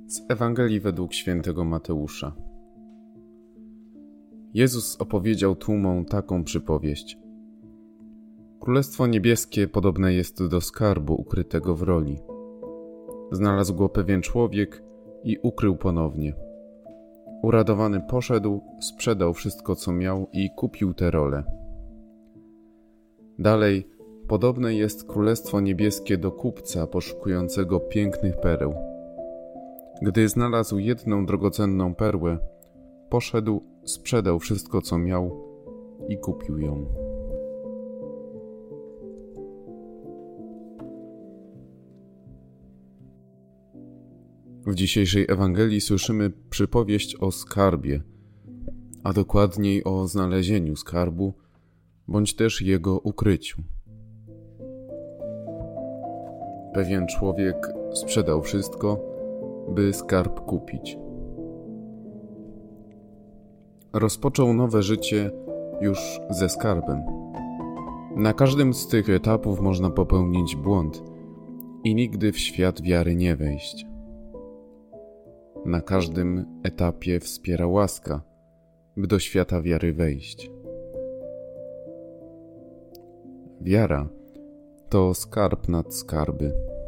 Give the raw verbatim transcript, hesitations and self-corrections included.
Z Ewangelii według świętego Mateusza. Jezus opowiedział tłumom taką przypowieść. Królestwo niebieskie podobne jest do skarbu ukrytego w roli. Znalazł go pewien człowiek i ukrył ponownie. Uradowany poszedł, sprzedał wszystko, co miał i kupił tę rolę. Dalej, podobne jest Królestwo niebieskie do kupca poszukującego pięknych pereł. Gdy znalazł jedną drogocenną perłę, poszedł, sprzedał wszystko, co miał i kupił ją. W dzisiejszej Ewangelii słyszymy przypowieść o skarbie, a dokładniej o znalezieniu skarbu, bądź też jego ukryciu. Pewien człowiek sprzedał wszystko, by skarb kupić. Rozpoczął nowe życie już ze skarbem. Na każdym z tych etapów można popełnić błąd i nigdy w świat wiary nie wejść. Na każdym etapie wspiera łaska, by do świata wiary wejść. Wiara to skarb nad skarby.